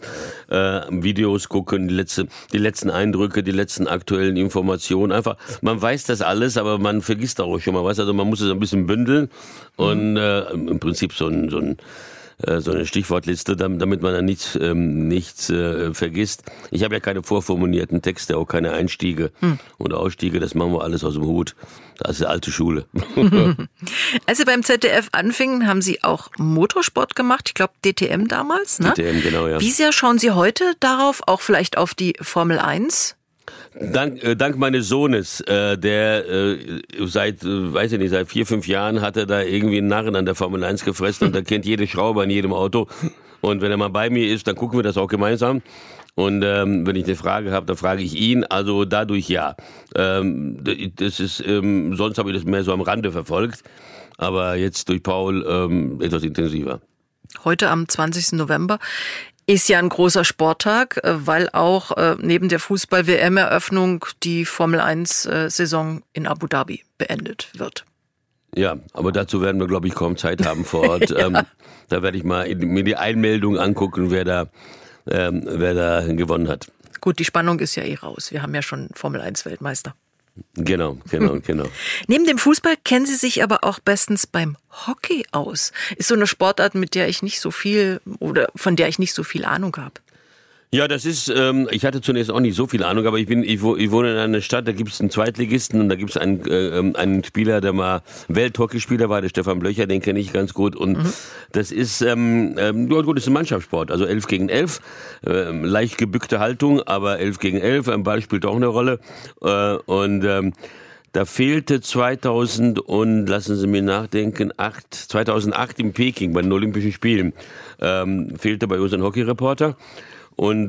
Videos gucken, die letzten Eindrücke, die letzten aktuellen Informationen. Einfach, man weiß das alles, aber man vergisst auch schon mal was. Also man muss es ein bisschen bündeln und im Prinzip so eine Stichwortliste, damit man dann nichts vergisst. Ich habe ja keine vorformulierten Texte, auch keine Einstiege und Ausstiege, das machen wir alles aus dem Hut. Das ist die alte Schule. Als Sie beim ZDF anfingen, haben Sie auch Motorsport gemacht, ich glaube DTM damals, ne? DTM, genau, ja. Wie sehr schauen Sie heute darauf, auch vielleicht auf die Formel 1? Dank meines Sohnes, der seit 4-5 Jahren hat er da irgendwie einen Narren an der Formel 1 gefressen und er kennt jede Schraube an jedem Auto. Und wenn er mal bei mir ist, dann gucken wir das auch gemeinsam. Und wenn ich eine Frage habe, dann frage ich ihn. Also dadurch ja. Das ist sonst habe ich das mehr so am Rande verfolgt, aber jetzt durch Paul etwas intensiver. Heute am 20. November ist ja ein großer Sporttag, weil auch neben der Fußball-WM-Eröffnung die Formel-1-Saison in Abu Dhabi beendet wird. Ja, aber dazu werden wir, glaube ich, kaum Zeit haben vor Ort. Ja. Da werde ich mir die Einmeldung angucken, wer da gewonnen hat. Gut, die Spannung ist ja raus. Wir haben ja schon Formel-1-Weltmeister. Genau. Neben dem Fußball kennen Sie sich aber auch bestens beim Hockey aus. Ist so eine Sportart, von der ich nicht so viel Ahnung habe. Ja, das ist, ich hatte zunächst auch nicht so viel Ahnung, aber ich wohne in einer Stadt, da gibt es einen Zweitligisten und da gibt es einen Spieler, der mal Welthockeyspieler war, der Stefan Blöcher, den kenne ich ganz gut und das ist, das ist ein Mannschaftssport, also 11 gegen 11, leicht gebückte Haltung, aber 11 gegen 11, ein Ball spielt auch eine Rolle da fehlte 2008 in Peking bei den Olympischen Spielen, fehlte bei uns ein Hockeyreporter. Und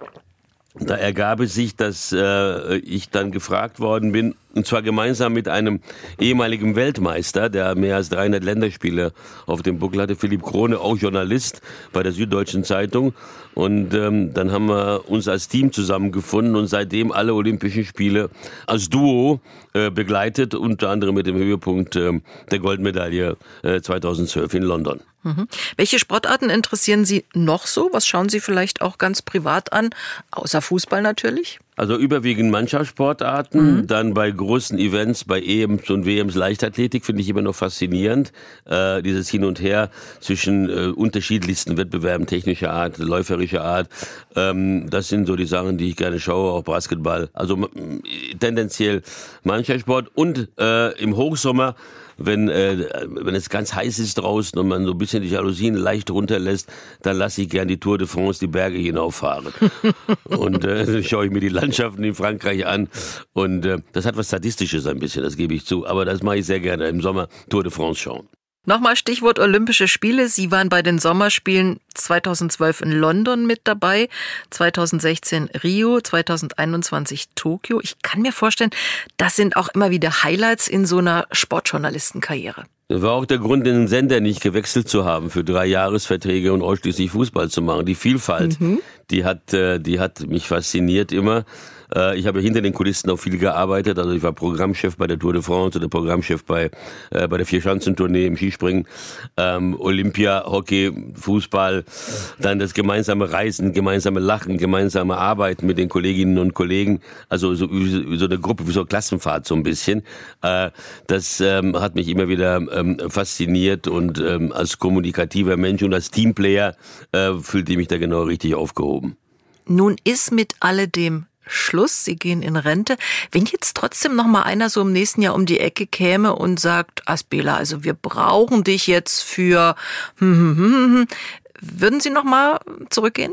da ergab es sich, dass ich dann gefragt worden bin, und zwar gemeinsam mit einem ehemaligen Weltmeister, der mehr als 300 Länderspiele auf dem Buckel hatte, Philipp Krone, auch Journalist bei der Süddeutschen Zeitung. Und dann haben wir uns als Team zusammengefunden und seitdem alle Olympischen Spiele als Duo begleitet, unter anderem mit dem Höhepunkt der Goldmedaille 2012 in London. Welche Sportarten interessieren Sie noch so? Was schauen Sie vielleicht auch ganz privat an? Außer Fußball natürlich? Also überwiegend Mannschaftssportarten, dann bei großen Events, bei EMs und WMs Leichtathletik finde ich immer noch faszinierend. Dieses Hin und Her zwischen unterschiedlichsten Wettbewerben, technischer Art, läuferischer Art. Das sind so die Sachen, die ich gerne schaue, auch Basketball. Also tendenziell Mannschaftssport und im Hochsommer, wenn es ganz heiß ist draußen und man so ein bisschen die Jalousien leicht runterlässt, dann lasse ich gern die Tour de France, die Berge hinauffahren. Und schaue ich mir die Landschaften in Frankreich an. Und das hat was Sadistisches ein bisschen, das gebe ich zu. Aber das mache ich sehr gerne im Sommer, Tour de France schauen. Nochmal Stichwort Olympische Spiele. Sie waren bei den Sommerspielen 2012 in London mit dabei, 2016 Rio, 2021 Tokio. Ich kann mir vorstellen, das sind auch immer wieder Highlights in so einer Sportjournalistenkarriere. Das war auch der Grund, den Sender nicht gewechselt zu haben, für 3 Jahresverträge und ausschließlich Fußball zu machen. Die Vielfalt, die hat mich fasziniert immer. Ich habe hinter den Kulissen auch viel gearbeitet. Also ich war Programmchef bei der Tour de France oder Programmchef bei der Vierschanzentournee im Skispringen, Olympia, Hockey, Fußball, dann das gemeinsame Reisen, gemeinsame Lachen, gemeinsame Arbeiten mit den Kolleginnen und Kollegen. Also so eine Gruppe, wie so eine Klassenfahrt so ein bisschen. Das hat mich immer wieder fasziniert und als kommunikativer Mensch und als Teamplayer fühlte ich mich da genau richtig aufgehoben. Nun ist mit alledem Schluss, Sie gehen in Rente. Wenn jetzt trotzdem noch mal einer so im nächsten Jahr um die Ecke käme und sagt, Bela, also wir brauchen dich jetzt für würden Sie noch mal zurückgehen?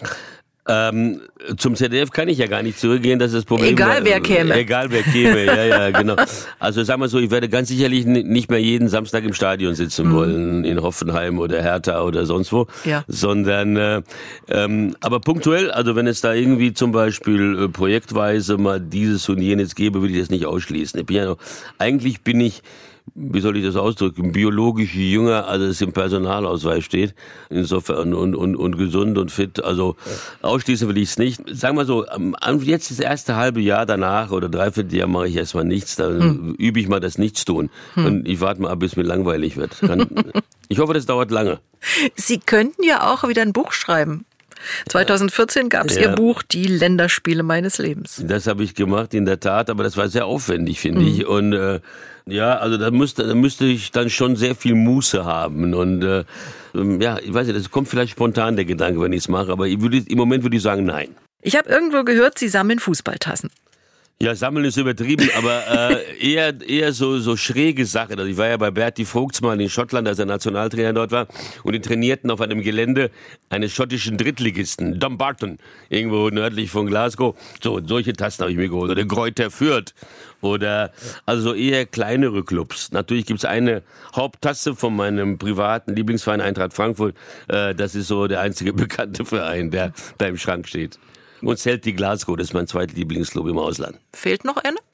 Zum ZDF kann ich ja gar nicht zurückgehen, das ist das Problem. Egal wer käme. Egal wer käme, ja, genau. Also sagen wir so, ich werde ganz sicherlich nicht mehr jeden Samstag im Stadion sitzen wollen, in Hoffenheim oder Hertha oder sonst wo, sondern aber punktuell, also wenn es da irgendwie zum Beispiel projektweise mal dieses und jenes gäbe, würde ich das nicht ausschließen. Eigentlich bin ich, wie soll ich das ausdrücken, biologisch jünger, als es im Personalausweis steht. Insofern und gesund und fit. Also ausschließen will ich es nicht. Sagen wir so, jetzt das erste halbe Jahr danach oder Dreivierteljahr mache ich erstmal nichts. Dann übe ich mal das Nichtstun. Und ich warte mal ab, bis mir langweilig wird. Ich hoffe, das dauert lange. Sie könnten ja auch wieder ein Buch schreiben. 2014 gab es Ihr Buch Die Länderspiele meines Lebens. Das habe ich gemacht, in der Tat, aber das war sehr aufwendig, finde ich. Und also da müsste ich dann schon sehr viel Muße haben. Und ich weiß nicht, das kommt vielleicht spontan der Gedanke, wenn ich es mache, aber im Moment würde ich sagen, nein. Ich habe irgendwo gehört, Sie sammeln Fußballtassen. Ja, sammeln ist übertrieben, aber eher so schräge Sachen. Also ich war ja bei Berti Vogts mal in Schottland, als er Nationaltrainer dort war, und die trainierten auf einem Gelände eines schottischen Drittligisten, Dumbarton, irgendwo nördlich von Glasgow. So, solche Tassen habe ich mir geholt. Oder Greuther Fürth. Oder also eher kleinere Clubs. Natürlich gibt's eine Haupttasse von meinem privaten Lieblingsverein Eintracht Frankfurt. Das ist so der einzige bekannte Verein, der da im Schrank steht. Und Celtic Glasgow, das ist mein zweiter Lieblingsclub im Ausland. Fehlt noch eine?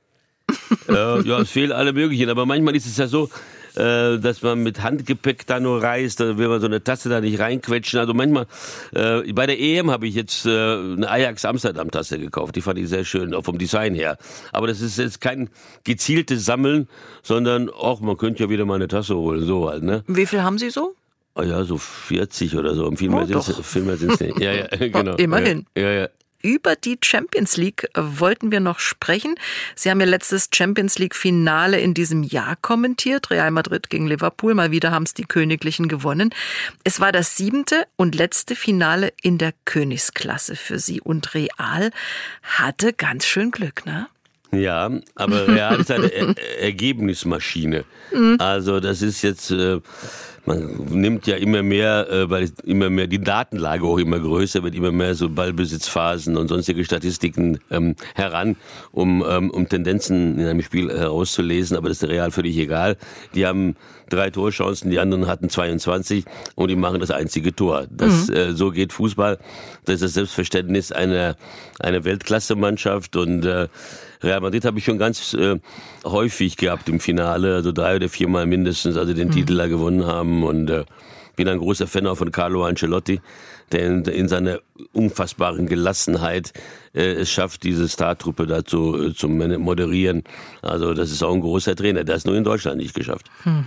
Es fehlen alle möglichen. Aber manchmal ist es ja so, dass man mit Handgepäck da nur reist, da will man so eine Tasse da nicht reinquetschen. Also manchmal, bei der EM habe ich jetzt eine Ajax Amsterdam Tasse gekauft. Die fand ich sehr schön, auch vom Design her. Aber das ist jetzt kein gezieltes Sammeln, sondern auch, man könnte ja wieder mal eine Tasse holen, so halt, ne? Wie viel haben Sie so? Ja, so 40 oder so. Viel mehr sind's nicht. Ja, genau. Immerhin. Ja. Über die Champions League wollten wir noch sprechen. Sie haben ja letztes Champions League-Finale in diesem Jahr kommentiert. Real Madrid gegen Liverpool. Mal wieder haben es die Königlichen gewonnen. Es war das 7. und letzte Finale in der Königsklasse für Sie. Und Real hatte ganz schön Glück, ne? Ja, aber Real ist eine Ergebnismaschine. Also das ist jetzt... Man nimmt ja immer mehr, weil immer mehr die Datenlage auch immer größer wird, immer mehr so Ballbesitzphasen und sonstige Statistiken heran, um Tendenzen in einem Spiel herauszulesen. Aber das ist der Real völlig egal. Die haben 3 Torchancen, die anderen hatten 22 und die machen das einzige Tor. So geht Fußball. Das ist das Selbstverständnis einer Weltklasse-Mannschaft und Real Madrid habe ich schon ganz häufig gehabt im Finale, also 3 oder 4 Mal mindestens, also den Titel da gewonnen haben und bin ein großer Fan auch von Carlo Ancelotti, der in seiner unfassbaren Gelassenheit es schafft, diese Startruppe dazu zu moderieren. Also das ist auch ein großer Trainer, der es nur in Deutschland nicht geschafft.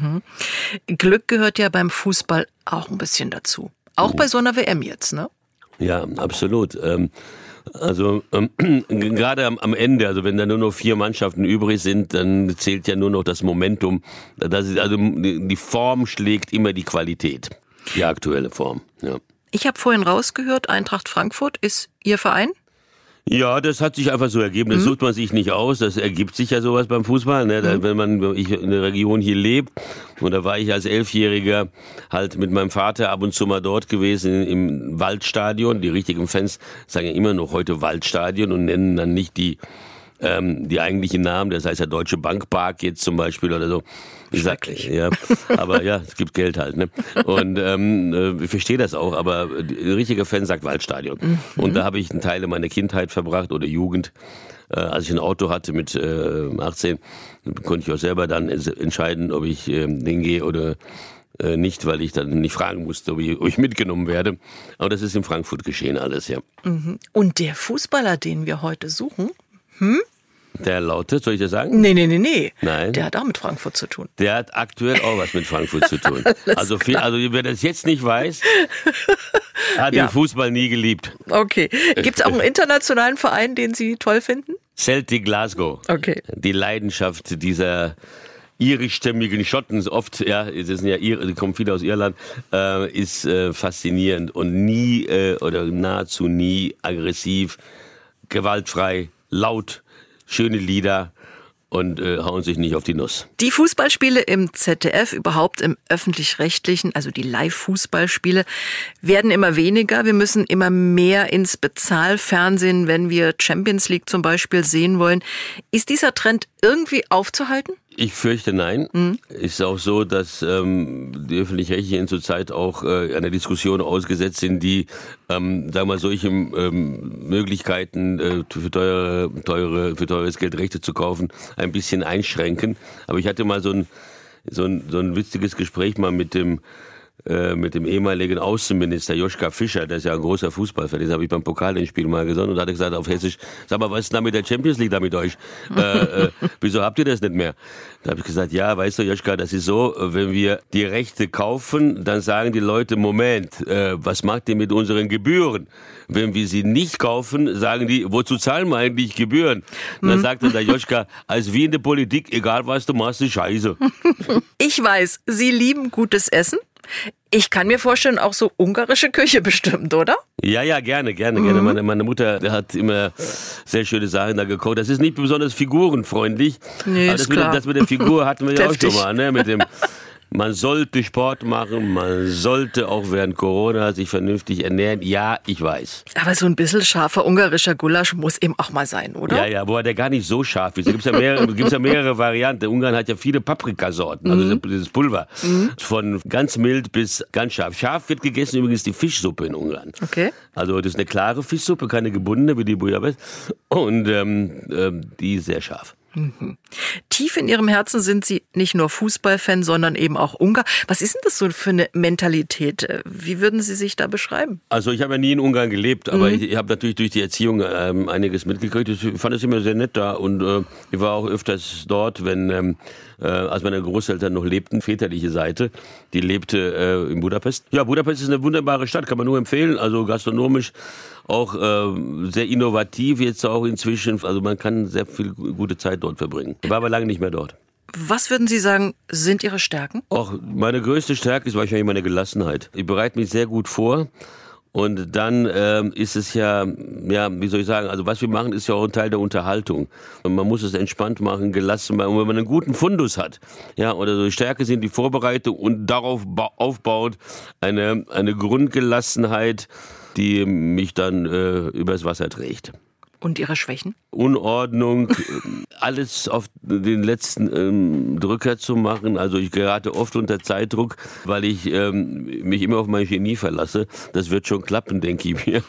Glück gehört ja beim Fußball auch ein bisschen dazu. Auch bei so einer WM jetzt, ne? Ja, absolut. Also gerade am Ende, also wenn da nur noch 4 Mannschaften übrig sind, dann zählt ja nur noch das Momentum. Also die Form schlägt immer die Qualität, die aktuelle Form. Ja. Ich habe vorhin rausgehört, Eintracht Frankfurt ist Ihr Verein? Ja, das hat sich einfach so ergeben. Das sucht man sich nicht aus. Das ergibt sich ja sowas beim Fußball. Ne? Wenn ich in der Region hier lebe, und da war ich als 11-Jähriger halt mit meinem Vater ab und zu mal dort gewesen im Waldstadion. Die richtigen Fans sagen ja immer noch heute Waldstadion und nennen dann nicht die eigentlichen Namen. Das heißt ja Deutsche Bankpark jetzt zum Beispiel oder so. Schrecklich. Ja, aber ja, es gibt Geld halt, ne? Und ich verstehe das auch, aber ein richtiger Fan sagt Waldstadion. Und da habe ich einen Teil meiner Kindheit verbracht oder Jugend. Als ich ein Auto hatte mit 18, konnte ich auch selber dann entscheiden, ob ich hingehe oder nicht, weil ich dann nicht fragen musste, ob ich mitgenommen werde. Aber das ist in Frankfurt geschehen alles, ja. Und der Fußballer, den wir heute suchen, Der lautet, soll ich das sagen? Nee. Nein. Der hat auch mit Frankfurt zu tun. Der hat aktuell auch was mit Frankfurt zu tun. Also wer das jetzt nicht weiß, hat den Fußball nie geliebt. Okay. Gibt es auch einen internationalen Verein, den Sie toll finden? Celtic Glasgow. Okay. Die Leidenschaft dieser irischstämmigen Schotten, oft, die kommen viele aus Irland, ist faszinierend und nie oder nahezu nie aggressiv. gewaltfrei, laut, schöne Lieder und hauen sich nicht auf die Nuss. Die Fußballspiele im ZDF, überhaupt im Öffentlich-Rechtlichen, also die Live-Fußballspiele, werden immer weniger. Wir müssen immer mehr ins Bezahlfernsehen, wenn wir Champions League zum Beispiel sehen wollen. Ist dieser Trend irgendwie aufzuhalten? Ich fürchte nein. Ist auch so, dass die Öffentlich-Rechtlichen zurzeit auch einer Diskussion ausgesetzt sind, die, sagen wir mal, solche Möglichkeiten für teures Geld Rechte zu kaufen, ein bisschen einschränken. Aber ich hatte mal so ein witziges Gespräch mal mit dem ehemaligen Außenminister Joschka Fischer, der ist ja ein großer Fußballfan, das habe ich beim Pokalendspiel mal gesagt und da hat er gesagt auf Hessisch, sag mal, was ist denn da mit der Champions League da mit euch? Wieso habt ihr das nicht mehr? Da habe ich gesagt, ja, weißt du, Joschka, das ist so, wenn wir die Rechte kaufen, dann sagen die Leute, Moment, was macht ihr mit unseren Gebühren? Wenn wir sie nicht kaufen, sagen die, wozu zahlen wir eigentlich Gebühren? Und dann sagte der Joschka, als wie in der Politik, egal was du machst, ist scheiße. Ich weiß, Sie lieben gutes Essen. Ich kann mir vorstellen, auch so ungarische Küche bestimmt, oder? Ja, gerne. Meine Mutter hat immer sehr schöne Sachen da gekocht. Das ist nicht besonders figurenfreundlich. Nee, aber ist klar. Das mit der Figur hatten wir ja auch schon mal, ne? Mit dem, man sollte Sport machen, man sollte auch während Corona sich vernünftig ernähren. Ja, ich weiß. Aber so ein bisschen scharfer ungarischer Gulasch muss eben auch mal sein, oder? Ja, wobei der gar nicht so scharf ist. Da gibt's ja mehrere Varianten. Ungarn hat ja viele Paprikasorten, also dieses Pulver. Von ganz mild bis ganz scharf. Scharf wird gegessen übrigens die Fischsuppe in Ungarn. Okay. Also das ist eine klare Fischsuppe, keine gebundene wie die Bouillabaisse. Und die ist sehr scharf. Tief in Ihrem Herzen sind Sie nicht nur Fußballfan, sondern eben auch Ungar. Was ist denn das so für eine Mentalität? Wie würden Sie sich da beschreiben? Also ich habe ja nie in Ungarn gelebt, aber ich habe natürlich durch die Erziehung einiges mitgekriegt. Ich fand es immer sehr nett da und ich war auch öfters dort, wenn als meine Großeltern noch lebten, väterliche Seite, die lebte in Budapest. Ja, Budapest ist eine wunderbare Stadt, kann man nur empfehlen, also gastronomisch auch sehr innovativ jetzt auch inzwischen, also man kann sehr viel gute Zeit dort verbringen. Ich war aber lange nicht mehr dort. Was würden Sie sagen, sind Ihre Stärken? Auch meine größte Stärke ist wahrscheinlich meine Gelassenheit. Ich bereite mich sehr gut vor. Und dann ist es ja, wie soll ich sagen, also was wir machen, ist ja auch ein Teil der Unterhaltung. Und man muss es entspannt machen, gelassen machen. Und wenn man einen guten Fundus hat, ja, oder so Stärke sind die Vorbereitung und darauf aufbaut eine Grundgelassenheit, die mich dann übers Wasser trägt. Und Ihre Schwächen? Unordnung, alles auf den letzten Drücker zu machen. Also ich gerate oft unter Zeitdruck, weil ich mich immer auf mein Genie verlasse. Das wird schon klappen, denke ich mir.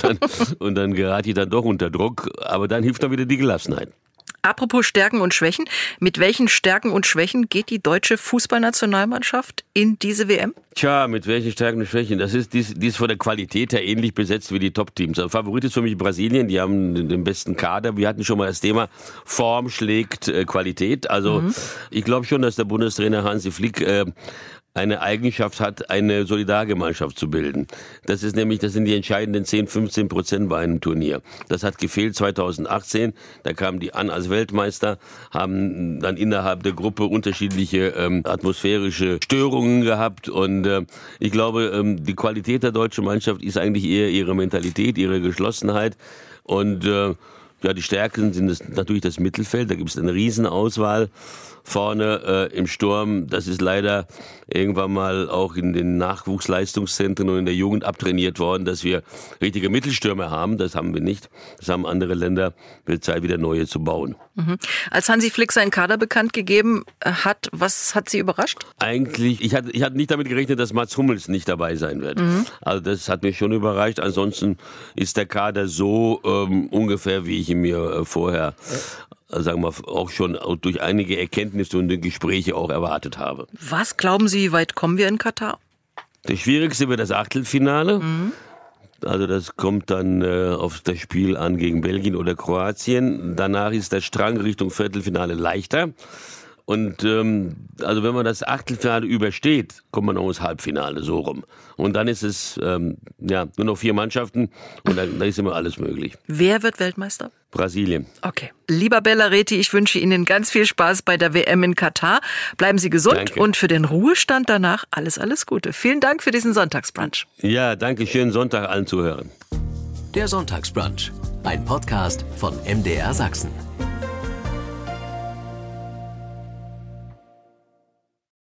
Und dann gerate ich dann doch unter Druck. Aber dann hilft dann wieder die Gelassenheit. Apropos Stärken und Schwächen, mit welchen Stärken und Schwächen geht die deutsche Fußballnationalmannschaft in diese WM? Tja, mit welchen Stärken und Schwächen? Die ist von der Qualität her ähnlich besetzt wie die Top-Teams. Also Favorit ist für mich Brasilien, die haben den besten Kader. Wir hatten schon mal das Thema, Form schlägt Qualität. Also ich glaube schon, dass der Bundestrainer Hansi Flick eine Eigenschaft hat, eine Solidargemeinschaft zu bilden. Das sind die entscheidenden 10-15% bei einem Turnier. Das hat gefehlt 2018. Da kamen die an als Weltmeister, haben dann innerhalb der Gruppe unterschiedliche atmosphärische Störungen gehabt. Und ich glaube, die Qualität der deutschen Mannschaft ist eigentlich eher ihre Mentalität, ihre Geschlossenheit. Und die Stärken sind natürlich das Mittelfeld. Da gibt es eine Riesenauswahl. Vorne im Sturm, das ist leider irgendwann mal auch in den Nachwuchsleistungszentren und in der Jugend abtrainiert worden, dass wir richtige Mittelstürmer haben. Das haben wir nicht. Das haben andere Länder. Wird Zeit, wieder neue zu bauen. Als Hansi Flick seinen Kader bekannt gegeben hat, was hat Sie überrascht? Eigentlich, ich hatte nicht damit gerechnet, dass Mats Hummels nicht dabei sein wird. Also das hat mich schon überrascht. Ansonsten ist der Kader so ungefähr, wie ich ihn mir vorher sagen wir auch schon durch einige Erkenntnisse und Gespräche auch erwartet habe. Was glauben Sie, wie weit kommen wir in Katar? Das Schwierigste wird das Achtelfinale. Also das kommt dann auf das Spiel an gegen Belgien oder Kroatien. Danach ist der Strang Richtung Viertelfinale leichter. Und also wenn man das Achtelfinale übersteht, kommt man auch ins Halbfinale, so rum. Und dann ist es nur noch 4 Mannschaften und dann ist immer alles möglich. Wer wird Weltmeister? Brasilien. Okay. Lieber Bella Reti, ich wünsche Ihnen ganz viel Spaß bei der WM in Katar. Bleiben Sie gesund. Danke. Und für den Ruhestand danach alles Gute. Vielen Dank für diesen Sonntagsbrunch. Ja, danke schön. Sonntag allen Zuhörern. Der Sonntagsbrunch, Ein Podcast von MDR Sachsen.